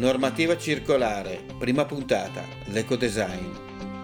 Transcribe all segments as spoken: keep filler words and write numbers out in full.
Normativa circolare, prima puntata, l'ecodesign.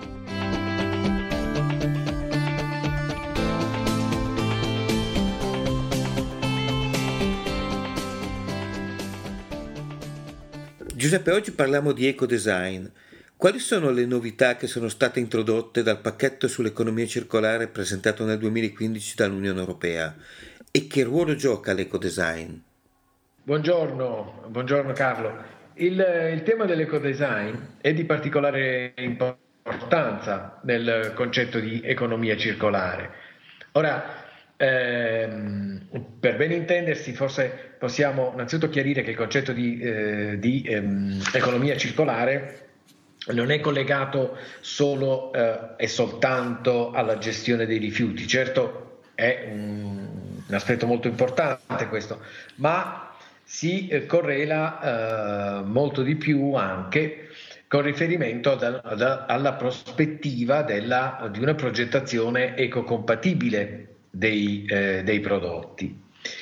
Giuseppe, oggi parliamo di ecodesign. Quali sono le novità che sono state introdotte dal pacchetto sull'economia circolare presentato nel duemilaquindici dall'Unione Europea e che ruolo gioca l'ecodesign? Buongiorno, buongiorno Carlo. Il, il tema dell'ecodesign è di particolare importanza nel concetto di economia circolare. Ora, ehm, per ben intendersi, forse possiamo innanzitutto chiarire che il concetto di, eh, di ehm, economia circolare non è collegato solo eh, e soltanto alla gestione dei rifiuti. Certo è un, un aspetto molto importante questo, ma si eh, correla eh, molto di più anche con riferimento ad, ad, alla prospettiva della, di una progettazione ecocompatibile dei, eh, dei prodotti.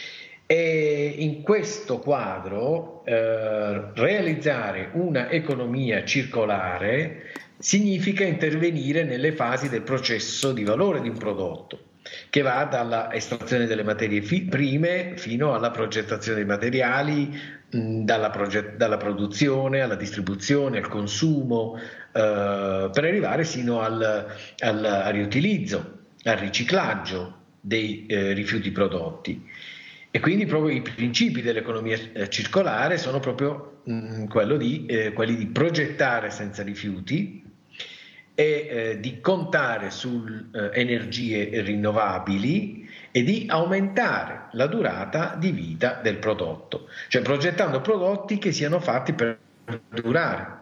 E in questo quadro eh, realizzare una economia circolare significa intervenire nelle fasi del processo di valore di un prodotto, che va dalla estrazione delle materie fi- prime fino alla progettazione dei materiali, mh, dalla, proget- dalla produzione alla distribuzione, al consumo, eh, per arrivare sino al, al, al riutilizzo, al riciclaggio dei eh, rifiuti prodotti. E quindi proprio i principi dell'economia eh, circolare sono proprio mh, quello di, eh, quelli di progettare senza rifiuti e eh, di contare su eh, energie rinnovabili e di aumentare la durata di vita del prodotto, cioè progettando prodotti che siano fatti per durare.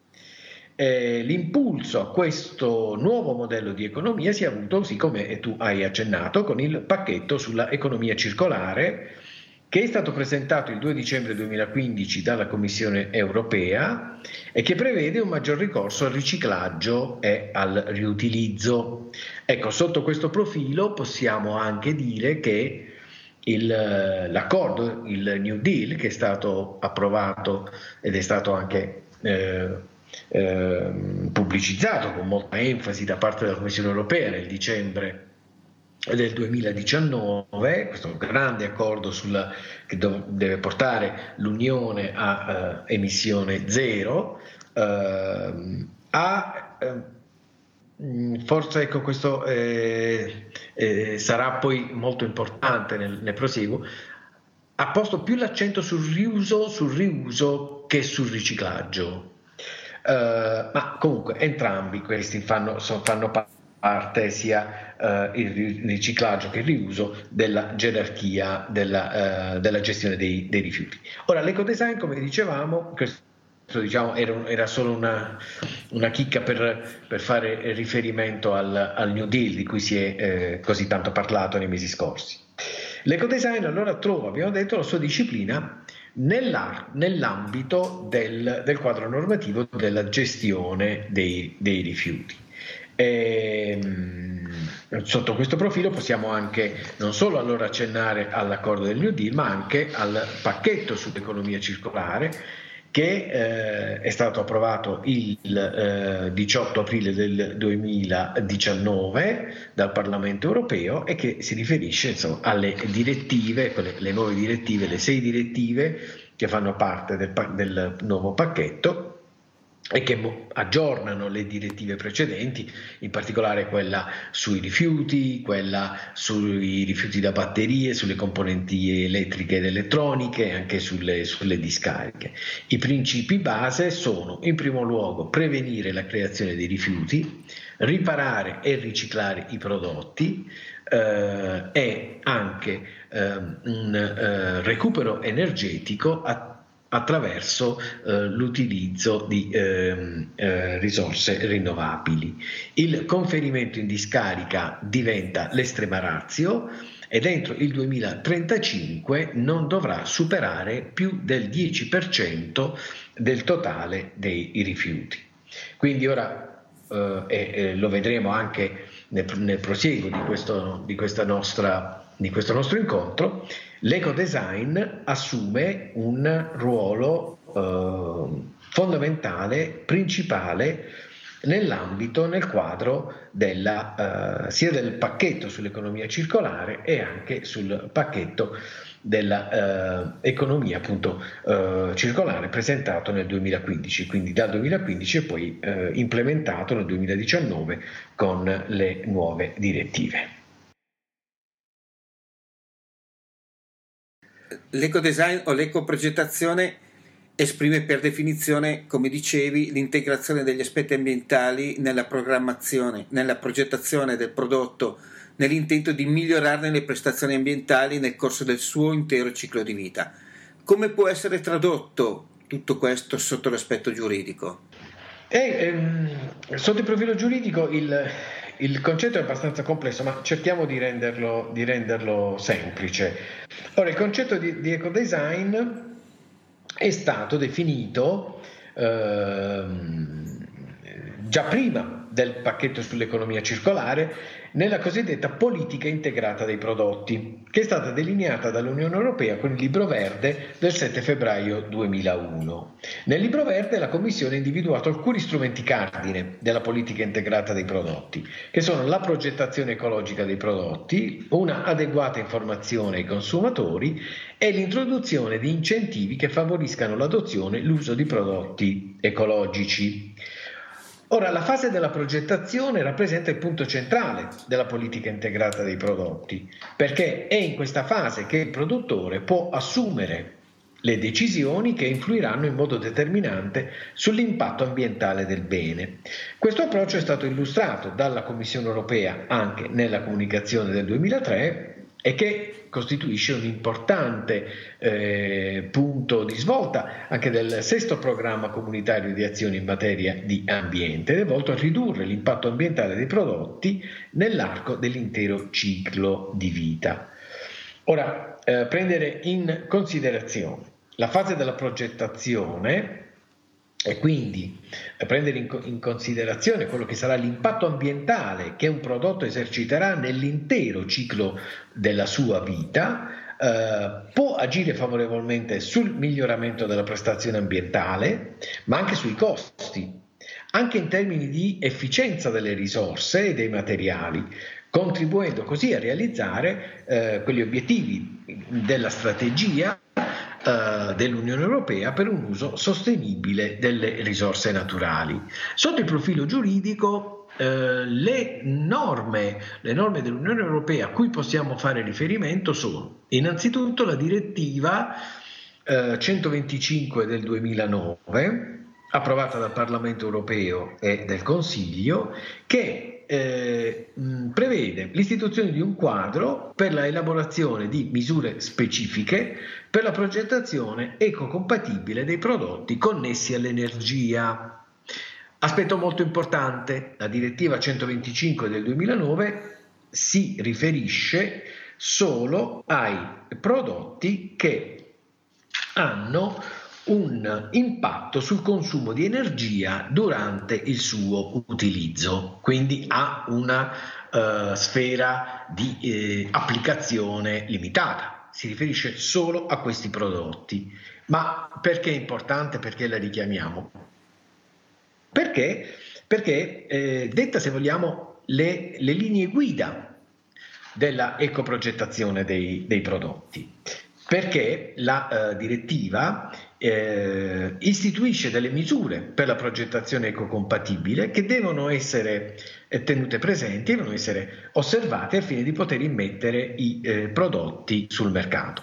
Eh, l'impulso a questo nuovo modello di economia si è avuto, sì, come tu hai accennato, con il pacchetto sulla economia circolare, che è stato presentato il due dicembre duemilaquindici dalla Commissione Europea e che prevede un maggior ricorso al riciclaggio e al riutilizzo. Ecco, sotto questo profilo possiamo anche dire che il, l'accordo, il New Deal, che è stato approvato ed è stato anche eh, eh, pubblicizzato con molta enfasi da parte della Commissione Europea nel dicembre del duemiladiciannove, questo grande accordo sulla, che do, deve portare l'Unione a uh, emissione zero, uh, a uh, forse ecco questo eh, eh, sarà poi molto importante nel, nel prosieguo, ha posto più l'accento sul riuso, sul riuso che sul riciclaggio. Uh, ma comunque entrambi questi fanno, so, fanno parte sia uh, il riciclaggio che il riuso della gerarchia della, uh, della gestione dei, dei rifiuti. Ora l'ecodesign, come dicevamo, questo diciamo era, era solo una, una chicca per, per fare riferimento al, al New Deal di cui si è eh, così tanto parlato nei mesi scorsi. L'ecodesign allora trova, abbiamo detto, la sua disciplina nell'ambito del, del quadro normativo della gestione dei, dei rifiuti. E, sotto questo profilo possiamo anche non solo allora accennare all'accordo del New Deal, ma anche al pacchetto sull'economia circolare che eh, è stato approvato il eh, diciotto aprile del duemiladiciannove dal Parlamento europeo e che si riferisce insomma, alle direttive, quelle, le nuove direttive, le sei direttive che fanno parte del, del nuovo pacchetto e che aggiornano le direttive precedenti, in particolare quella sui rifiuti, quella sui rifiuti da batterie, sulle componenti elettriche ed elettroniche e anche sulle, sulle discariche. I principi base sono in primo luogo prevenire la creazione dei rifiuti, riparare e riciclare i prodotti eh, e anche eh, un eh, recupero energetico a attraverso eh, l'utilizzo di eh, eh, risorse rinnovabili. Il conferimento in discarica diventa l'estrema ratio e dentro il duemilatrentacinque non dovrà superare più del dieci per cento del totale dei rifiuti. Quindi ora eh, eh, lo vedremo anche nel, nel prosieguo di questo, di questa nostra, di questo nostro incontro, l'ecodesign assume un ruolo eh, fondamentale, principale, nell'ambito, nel quadro della, eh, sia del pacchetto sull'economia circolare e anche sul pacchetto dell'economia eh, appunto eh, circolare presentato nel duemilaquindici, quindi dal duemilaquindici e poi eh, implementato nel duemiladiciannove con le nuove direttive. L'ecodesign o l'ecoprogettazione esprime per definizione, come dicevi, l'integrazione degli aspetti ambientali nella programmazione, nella progettazione del prodotto, nell'intento di migliorarne le prestazioni ambientali nel corso del suo intero ciclo di vita. Come può essere tradotto tutto questo sotto l'aspetto giuridico? E, ehm, sotto il profilo giuridico il, il concetto è abbastanza complesso, ma cerchiamo di renderlo, di renderlo semplice. Ora, il concetto di, di ecodesign è stato definito ehm, già prima del pacchetto sull'economia circolare nella cosiddetta politica integrata dei prodotti, che è stata delineata dall'Unione Europea con il Libro Verde del sette febbraio duemilauno. Nel Libro Verde la Commissione ha individuato alcuni strumenti cardine della politica integrata dei prodotti, che sono la progettazione ecologica dei prodotti, una adeguata informazione ai consumatori e l'introduzione di incentivi che favoriscano l'adozione e l'uso di prodotti ecologici. Ora, la fase della progettazione rappresenta il punto centrale della politica integrata dei prodotti, perché è in questa fase che il produttore può assumere le decisioni che influiranno in modo determinante sull'impatto ambientale del bene. Questo approccio è stato illustrato dalla Commissione Europea anche nella comunicazione del duemilatré e che costituisce un importante eh, punto di svolta anche del sesto programma comunitario di azione in materia di ambiente, ed è volto a ridurre l'impatto ambientale dei prodotti nell'arco dell'intero ciclo di vita. Ora, eh, prendere in considerazione la fase della progettazione e quindi prendere in, in considerazione quello che sarà l'impatto ambientale che un prodotto eserciterà nell'intero ciclo della sua vita, eh, può agire favorevolmente sul miglioramento della prestazione ambientale, ma anche sui costi, anche in termini di efficienza delle risorse e dei materiali, contribuendo così a realizzare eh, quegli obiettivi della strategia dell'Unione Europea per un uso sostenibile delle risorse naturali. Sotto il profilo giuridico, eh, le norme, le norme dell'Unione Europea a cui possiamo fare riferimento sono innanzitutto la direttiva eh, centoventicinque del duemilanove, approvata dal Parlamento Europeo e del Consiglio, che Eh, mh, prevede l'istituzione di un quadro per la elaborazione di misure specifiche per la progettazione ecocompatibile dei prodotti connessi all'energia. Aspetto molto importante, la direttiva centoventicinque del duemilanove si riferisce solo ai prodotti che hanno un impatto sul consumo di energia durante il suo utilizzo, quindi ha una uh, sfera di eh, applicazione limitata, si riferisce solo a questi prodotti. Ma perché è importante? Perché la richiamiamo? Perché? Perché eh, detta, se vogliamo, le, le linee guida della ecoprogettazione dei, dei prodotti. Perché la eh, direttiva eh, istituisce delle misure per la progettazione ecocompatibile che devono essere eh, tenute presenti, devono essere osservate al fine di poter immettere i eh, prodotti sul mercato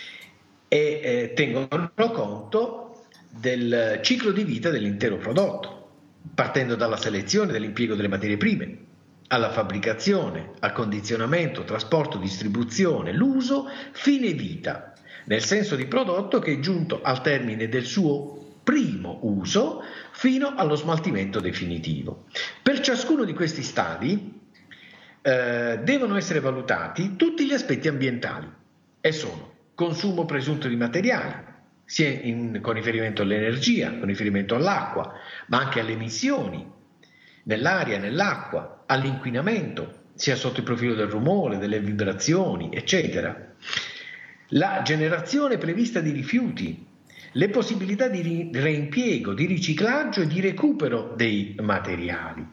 e eh, tengono conto del ciclo di vita dell'intero prodotto, partendo dalla selezione dell'impiego delle materie prime, alla fabbricazione, al condizionamento, trasporto, distribuzione, l'uso, fine vita, nel senso di prodotto che è giunto al termine del suo primo uso fino allo smaltimento definitivo. Per ciascuno di questi stadi eh, devono essere valutati tutti gli aspetti ambientali e sono consumo presunto di materiali, sia in, con riferimento all'energia, con riferimento all'acqua, ma anche alle emissioni, nell'aria, nell'acqua, all'inquinamento, sia sotto il profilo del rumore, delle vibrazioni, eccetera. La generazione prevista di rifiuti, le possibilità di reimpiego, di riciclaggio e di recupero dei materiali.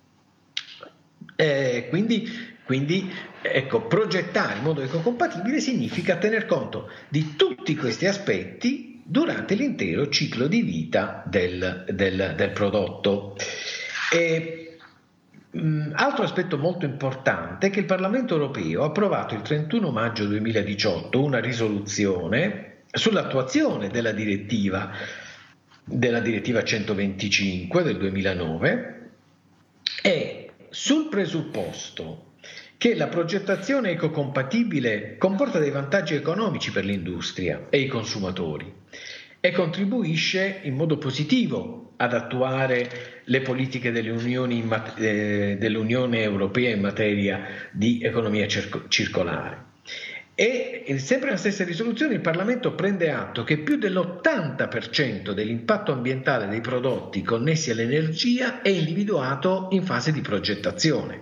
Eh, quindi, quindi ecco, progettare in modo ecocompatibile significa tener conto di tutti questi aspetti durante l'intero ciclo di vita del, del, del prodotto. E, mh, altro aspetto molto importante è che il Parlamento europeo ha approvato il trentuno maggio duemiladiciotto una risoluzione sull'attuazione della direttiva, della direttiva centoventicinque del duemilanove, e sul presupposto che la progettazione ecocompatibile comporta dei vantaggi economici per l'industria e i consumatori e contribuisce in modo positivo ad attuare le politiche dell'Unione, in mat- eh, dell'Unione Europea in materia di economia circo- circolare. E sempre nella stessa risoluzione il Parlamento prende atto che più dell'ottanta per cento dell'impatto ambientale dei prodotti connessi all'energia è individuato in fase di progettazione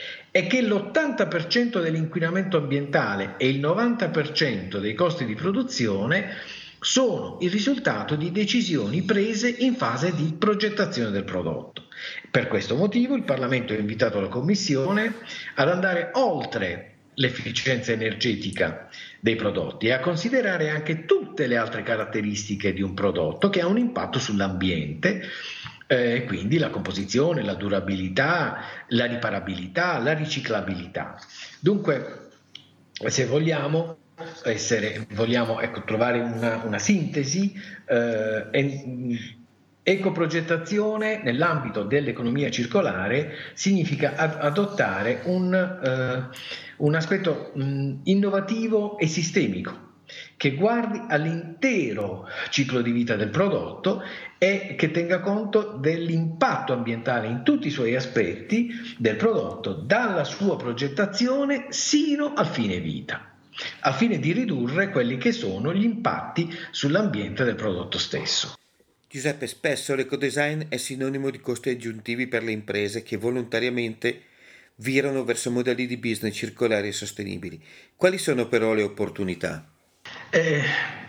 e che l'ottanta per cento dell'inquinamento ambientale e il novanta per cento dei costi di produzione sono il risultato di decisioni prese in fase di progettazione del prodotto. Per questo motivo il Parlamento ha invitato la Commissione ad andare oltre l'efficienza energetica dei prodotti e a considerare anche tutte le altre caratteristiche di un prodotto che ha un impatto sull'ambiente, eh, quindi la composizione, la durabilità, la riparabilità, la riciclabilità. Dunque, se vogliamo essere, vogliamo ecco, trovare una, una sintesi, eh, e, ecoprogettazione nell'ambito dell'economia circolare significa adottare un, eh, un aspetto mh, innovativo e sistemico che guardi all'intero ciclo di vita del prodotto e che tenga conto dell'impatto ambientale in tutti i suoi aspetti del prodotto, dalla sua progettazione sino al fine vita, al fine di ridurre quelli che sono gli impatti sull'ambiente del prodotto stesso. Giuseppe, spesso l'ecodesign è sinonimo di costi aggiuntivi per le imprese che volontariamente virano verso modelli di business circolari e sostenibili. Quali sono però le opportunità? Eh,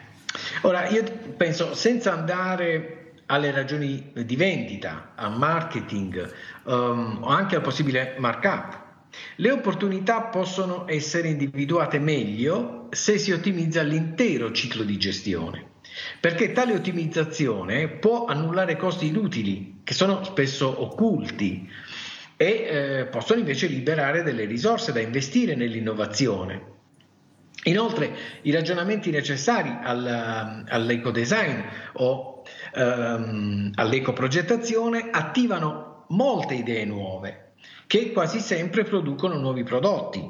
ora, io penso, senza andare alle ragioni di vendita, a marketing um, o anche al possibile markup, le opportunità possono essere individuate meglio se si ottimizza l'intero ciclo di gestione, perché tale ottimizzazione può annullare costi inutili che sono spesso occulti e eh, possono invece liberare delle risorse da investire nell'innovazione. Inoltre i ragionamenti necessari al, all'ecodesign o ehm, all'ecoprogettazione attivano molte idee nuove che quasi sempre producono nuovi prodotti,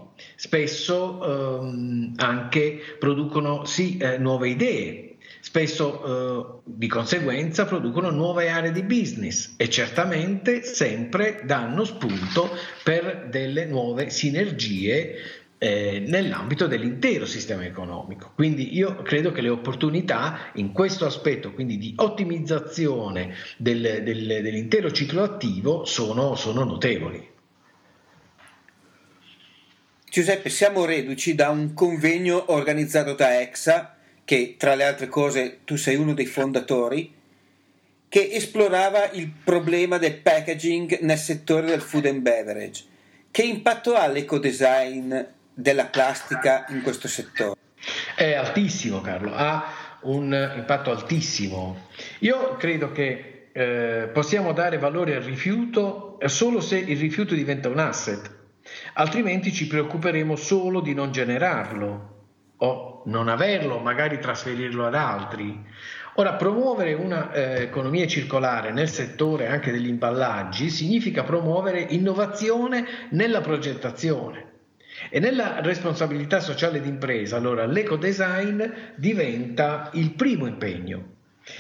spesso ehm, anche producono sì eh, nuove idee, spesso eh, di conseguenza producono nuove aree di business e certamente sempre danno spunto per delle nuove sinergie eh, nell'ambito dell'intero sistema economico. Quindi io credo che le opportunità in questo aspetto, quindi di ottimizzazione del, del, dell'intero ciclo attivo, sono, sono notevoli. Giuseppe, siamo reduci da un convegno organizzato da EXA, che tra le altre cose tu sei uno dei fondatori, che esplorava il problema del packaging nel settore del food and beverage. Che impatto ha l'ecodesign della plastica in questo settore? È altissimo, Carlo, ha un impatto altissimo. Io credo che eh, possiamo dare valore al rifiuto solo se il rifiuto diventa un asset. Altrimenti ci preoccuperemo solo di non generarlo o non averlo, magari trasferirlo ad altri. Ora, promuovere una eh, economia circolare nel settore anche degli imballaggi significa promuovere innovazione nella progettazione e nella responsabilità sociale d'impresa. Allora l'ecodesign diventa il primo impegno.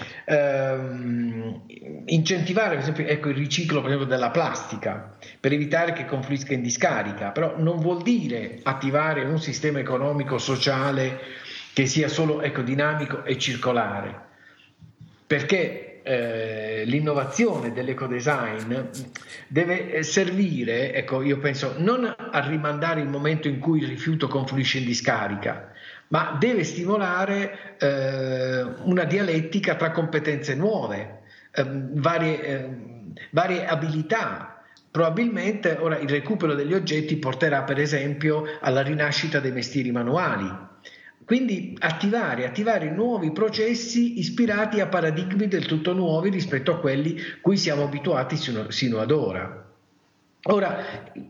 Uh, incentivare per esempio ecco, il riciclo per esempio, della plastica per evitare che confluisca in discarica, però non vuol dire attivare un sistema economico sociale che sia solo ecco, dinamico e circolare, perché eh, l'innovazione dell'ecodesign deve servire, ecco, io penso, non a rimandare il momento in cui il rifiuto confluisce in discarica, ma deve stimolare eh, una dialettica tra competenze nuove, eh, varie, eh, varie abilità. Probabilmente ora il recupero degli oggetti porterà per esempio alla rinascita dei mestieri manuali. Quindi attivare, attivare nuovi processi ispirati a paradigmi del tutto nuovi rispetto a quelli cui siamo abituati sino, sino ad ora. Ora,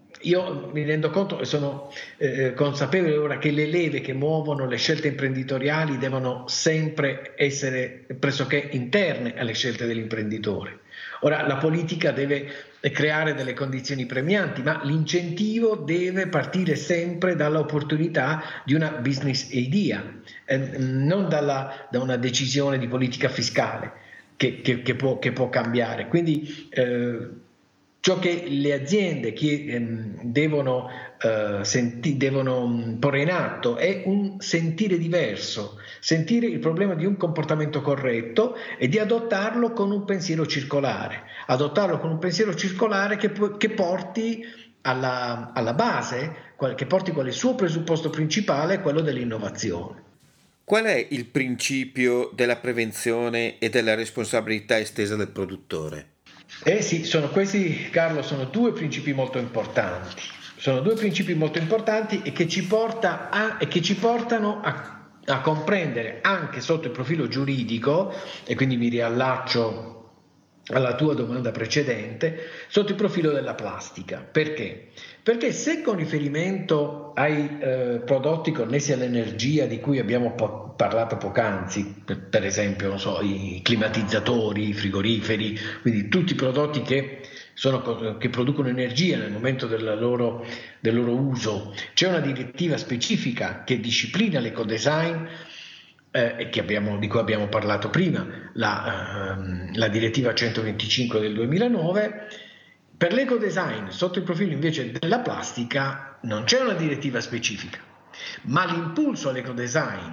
io mi rendo conto e sono eh, consapevole ora che le leve che muovono le scelte imprenditoriali devono sempre essere pressoché interne alle scelte dell'imprenditore. Ora, la politica deve creare delle condizioni premianti, ma l'incentivo deve partire sempre dall'opportunità di una business idea, eh, non dalla, da una decisione di politica fiscale che, che, che, può, che può cambiare. Quindi eh, ciò che le aziende che, ehm, devono, eh, senti, devono porre in atto è un sentire diverso, sentire il problema di un comportamento corretto e di adottarlo con un pensiero circolare, adottarlo con un pensiero circolare che, che porti alla, alla base, che porti quale suo presupposto principale, quello dell'innovazione. Qual è il principio della prevenzione e della responsabilità estesa del produttore? Eh sì, sono questi, Carlo, sono due principi molto importanti. Sono due principi molto importanti e che ci, porta a, e che ci portano a, a comprendere anche sotto il profilo giuridico, e quindi mi riallaccio alla tua domanda precedente, sotto il profilo della plastica. Perché? Perché se con riferimento ai eh, prodotti connessi all'energia di cui abbiamo po- parlato poc'anzi, per, per esempio non so, i climatizzatori, i frigoriferi, quindi tutti i prodotti che, sono, che producono energia nel momento della loro, del loro uso, c'è una direttiva specifica che disciplina l'ecodesign, Eh, che abbiamo, di cui abbiamo parlato prima, la, ehm, la direttiva centoventicinque del duemilanove. Per l'ecodesign, sotto il profilo invece della plastica, non c'è una direttiva specifica, ma l'impulso all'ecodesign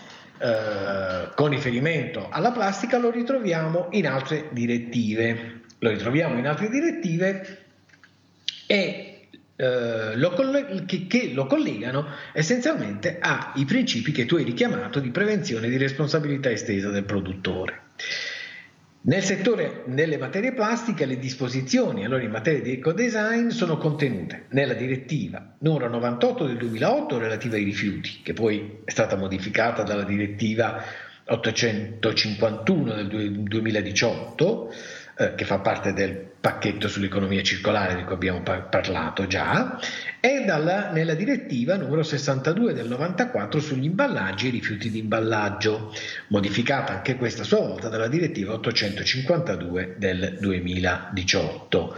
eh, con riferimento alla plastica lo ritroviamo in altre direttive. Lo ritroviamo in altre direttive e Uh, lo coll- che, che lo collegano essenzialmente ai principi che tu hai richiamato di prevenzione e di responsabilità estesa del produttore. Nel settore delle materie plastiche le disposizioni allora in materia di ecodesign sono contenute nella direttiva numero novantotto del duemilaotto relativa ai rifiuti, che poi è stata modificata dalla direttiva ottocentocinquantuno del duemiladiciotto, eh, che fa parte del pacchetto sull'economia circolare di cui abbiamo par- parlato già, e dalla, nella direttiva numero sessantadue del novantaquattro sugli imballaggi e rifiuti di imballaggio, modificata anche questa a sua volta dalla direttiva ottocentocinquantadue del duemiladiciotto.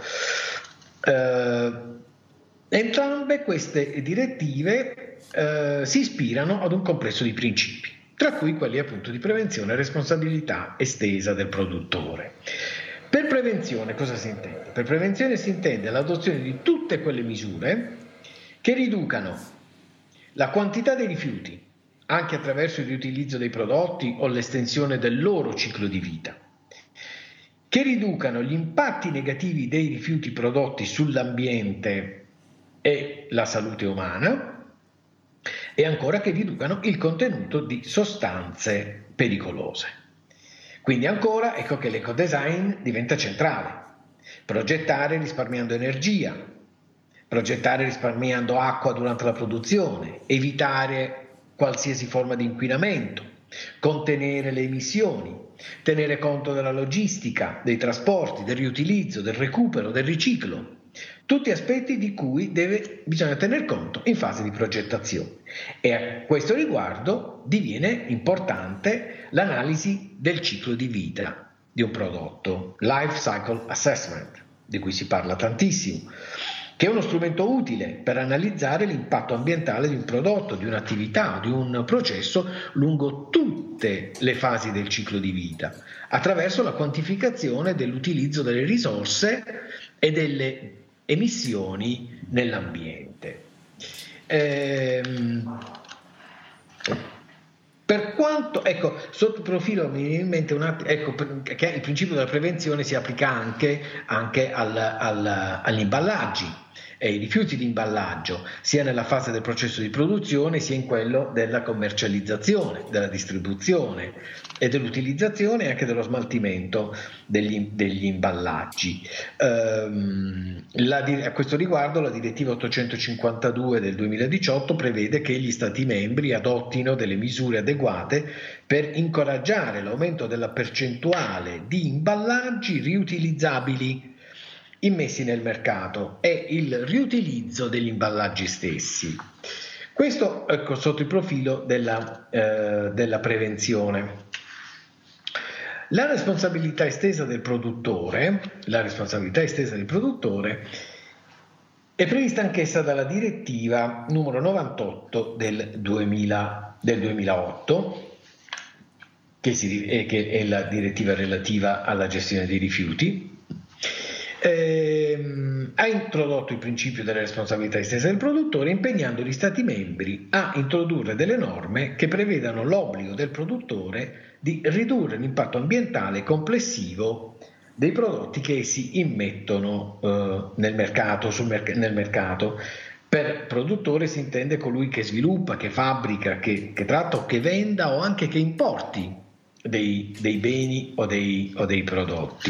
Eh, entrambe queste direttive eh, si ispirano ad un complesso di principi, tra cui quelli appunto di prevenzione e responsabilità estesa del produttore. Per prevenzione cosa si intende? Per prevenzione si intende l'adozione di tutte quelle misure che riducano la quantità dei rifiuti, anche attraverso il riutilizzo dei prodotti o l'estensione del loro ciclo di vita, che riducano gli impatti negativi dei rifiuti prodotti sull'ambiente e la salute umana, e ancora che riducano il contenuto di sostanze pericolose. Quindi ancora ecco che l'ecodesign diventa centrale. Progettare risparmiando energia, progettare risparmiando acqua durante la produzione, evitare qualsiasi forma di inquinamento, contenere le emissioni, tenere conto della logistica, dei trasporti, del riutilizzo, del recupero, del riciclo. Tutti aspetti di cui deve, bisogna tener conto in fase di progettazione. E a questo riguardo diviene importante l'analisi del ciclo di vita di un prodotto, Life Cycle Assessment, di cui si parla tantissimo, che è uno strumento utile per analizzare l'impatto ambientale di un prodotto, di un'attività, di un processo lungo tutte le fasi del ciclo di vita, attraverso la quantificazione dell'utilizzo delle risorse e delle emissioni nell'ambiente. Ehm, per quanto alto. Ecco, sotto il profilo mi viene in mente un attimo, ecco, che il principio della prevenzione si applica anche, anche al, al, agli imballaggi e i rifiuti di imballaggio, sia nella fase del processo di produzione sia in quello della commercializzazione, della distribuzione e dell'utilizzazione e anche dello smaltimento degli, degli imballaggi. Ehm, la, a questo riguardo la direttiva ottocentocinquantadue del duemiladiciotto prevede che gli Stati membri adottino delle misure adeguate per incoraggiare l'aumento della percentuale di imballaggi riutilizzabili immessi nel mercato e il riutilizzo degli imballaggi stessi. Questo, ecco, sotto il profilo della, eh, della prevenzione. La responsabilità estesa del produttore, la responsabilità estesa del produttore è prevista anch'essa dalla direttiva numero novantotto del, duemila, del duemilaotto, che, si, eh, che è la direttiva relativa alla gestione dei rifiuti. Eh, ha introdotto il principio della responsabilità estesa del produttore, impegnando gli Stati membri a introdurre delle norme che prevedano l'obbligo del produttore di ridurre l'impatto ambientale complessivo dei prodotti che essi immettono eh, nel mercato, sul merc- nel mercato. Per produttore si intende colui che sviluppa, che fabbrica, che, che tratta o che venda o anche che importi dei, dei beni o dei, o dei prodotti.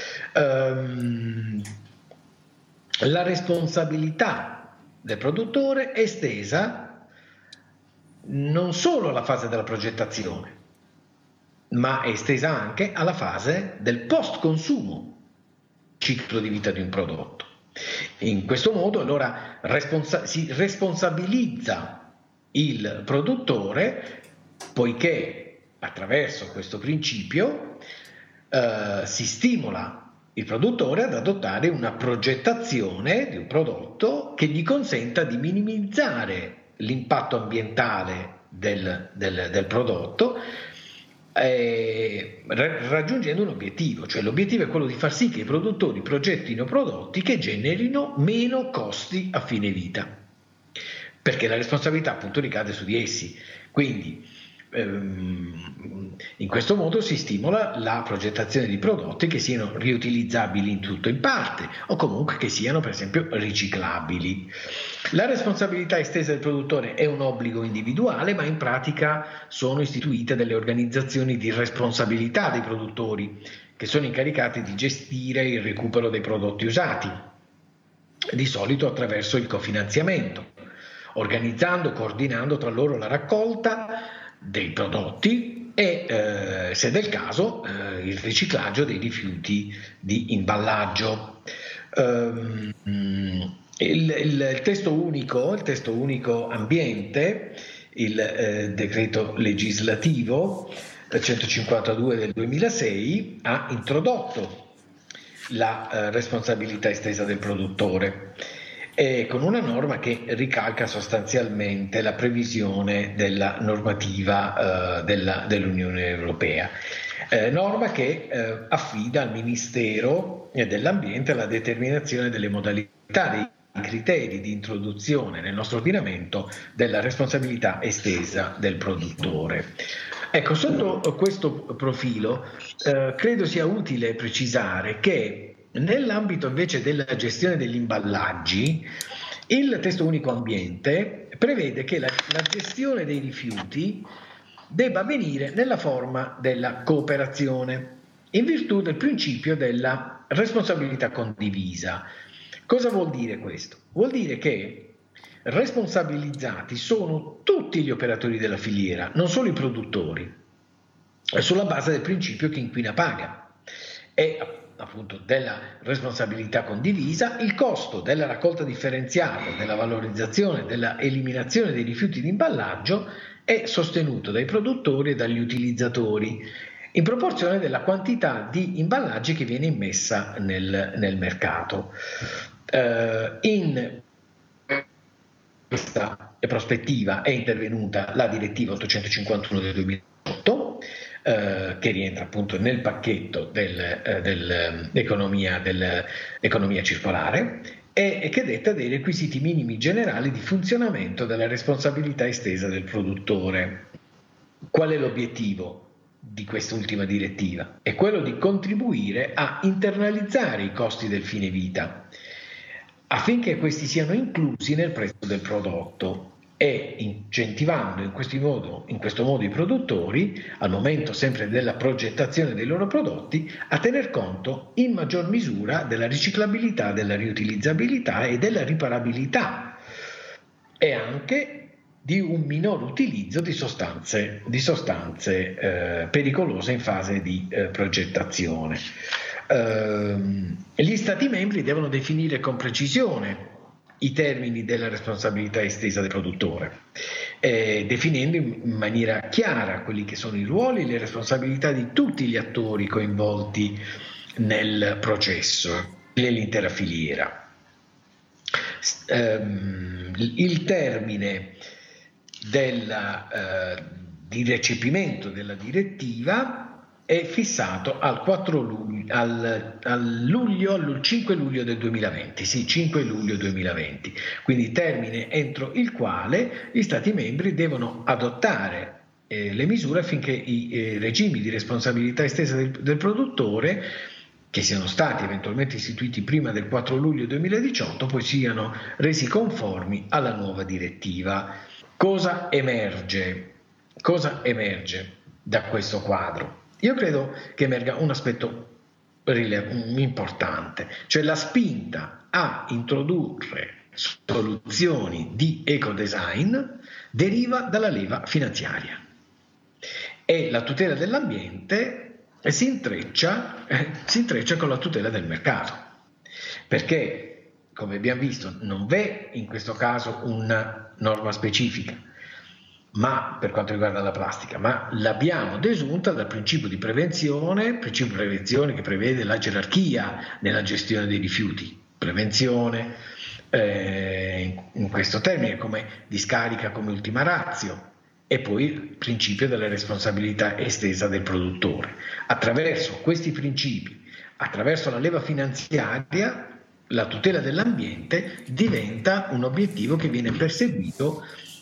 Um, la responsabilità del produttore è estesa non solo alla fase della progettazione, ma è estesa anche alla fase del post consumo, ciclo di vita di un prodotto. In questo modo allora responsa- si responsabilizza il produttore, poiché attraverso questo principio eh, si stimola il produttore ad adottare una progettazione di un prodotto che gli consenta di minimizzare l'impatto ambientale del, del, del prodotto, eh, raggiungendo un obiettivo, cioè l'obiettivo è quello di far sì che i produttori progettino prodotti che generino meno costi a fine vita, perché la responsabilità appunto ricade su di essi. Quindi in questo modo si stimola la progettazione di prodotti che siano riutilizzabili in tutto o in parte, o comunque che siano per esempio riciclabili. La responsabilità estesa del produttore è un obbligo individuale, ma in pratica sono istituite delle organizzazioni di responsabilità dei produttori che sono incaricate di gestire il recupero dei prodotti usati, di solito attraverso il cofinanziamento, organizzando, coordinando tra loro la raccolta dei prodotti e, eh, se del caso, eh, il riciclaggio dei rifiuti di imballaggio. Um, il, il, il testo unico, il testo unico ambiente, il eh, decreto legislativo centocinquantadue del duemilasei ha introdotto la eh, responsabilità estesa del produttore, E con una norma che ricalca sostanzialmente la previsione della normativa eh, della, dell'Unione Europea, eh, norma che eh, affida al Ministero dell'Ambiente la determinazione delle modalità, dei criteri di introduzione nel nostro ordinamento della responsabilità estesa del produttore. Ecco, sotto questo profilo eh, credo sia utile precisare che nell'ambito invece della gestione degli imballaggi, il testo unico ambiente prevede che la, la gestione dei rifiuti debba avvenire nella forma della cooperazione, in virtù del principio della responsabilità condivisa. Cosa vuol dire questo? Vuol dire che responsabilizzati sono tutti gli operatori della filiera, non solo i produttori, sulla base del principio chi inquina paga. E appunto della responsabilità condivisa, il costo della raccolta differenziata, della valorizzazione, della eliminazione dei rifiuti di imballaggio è sostenuto dai produttori e dagli utilizzatori in proporzione della quantità di imballaggi che viene immessa nel, nel mercato. Uh, in questa prospettiva è intervenuta la direttiva ottocentocinquantuno del duemilaotto, eh, che rientra appunto nel pacchetto del, eh, dell'economia, dell'economia circolare e, e che detta dei requisiti minimi generali di funzionamento della responsabilità estesa del produttore. Qual è l'obiettivo di quest'ultima direttiva? È quello di contribuire a internalizzare i costi del fine vita affinché questi siano inclusi nel prezzo del prodotto e incentivando in, questi modo, in questo modo i produttori, al momento sempre della progettazione dei loro prodotti, a tener conto in maggior misura della riciclabilità, della riutilizzabilità e della riparabilità e anche di un minor utilizzo di sostanze, di sostanze eh, pericolose in fase di eh, progettazione. Eh, gli Stati membri devono definire con precisione i termini della responsabilità estesa del produttore, eh, definendo in maniera chiara quelli che sono i ruoli e le responsabilità di tutti gli attori coinvolti nel processo, nell'intera filiera. Eh, il termine Della, eh, di recepimento della direttiva è fissato al, quattro luglio, al, al, luglio, al cinque luglio del duemilaventi, sì, cinque luglio duemilaventi, quindi termine entro il quale gli Stati membri devono adottare eh, le misure affinché i eh, regimi di responsabilità estesa del, del produttore, che siano stati eventualmente istituiti prima del quattro luglio duemiladiciotto, poi siano resi conformi alla nuova direttiva. Cosa emerge? Cosa emerge da questo quadro? Io credo che emerga un aspetto importante, cioè la spinta a introdurre soluzioni di ecodesign deriva dalla leva finanziaria e la tutela dell'ambiente si intreccia, eh, si intreccia con la tutela del mercato, perché come abbiamo visto, non v'è in questo caso una norma specifica, ma per quanto riguarda la plastica, ma l'abbiamo desunta dal principio di prevenzione, principio di prevenzione che prevede la gerarchia nella gestione dei rifiuti, prevenzione eh, in questo termine come discarica come ultima ratio, e poi il principio della responsabilità estesa del produttore. Attraverso questi principi, attraverso la leva finanziaria, la tutela dell'ambiente diventa un obiettivo che viene perseguito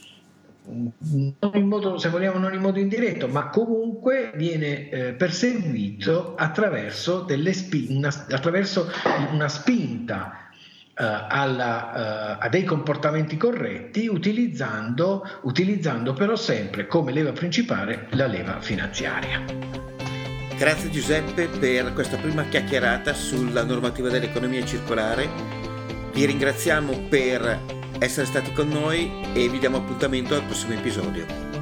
non in modo, se vogliamo, non in modo indiretto, ma comunque viene eh, perseguito attraverso, delle spi- una, attraverso una spinta eh, alla, eh, a dei comportamenti corretti, utilizzando, utilizzando però sempre come leva principale la leva finanziaria. Grazie Giuseppe per questa prima chiacchierata sulla normativa dell'economia circolare. Vi ringraziamo per essere stati con noi e vi diamo appuntamento al prossimo episodio.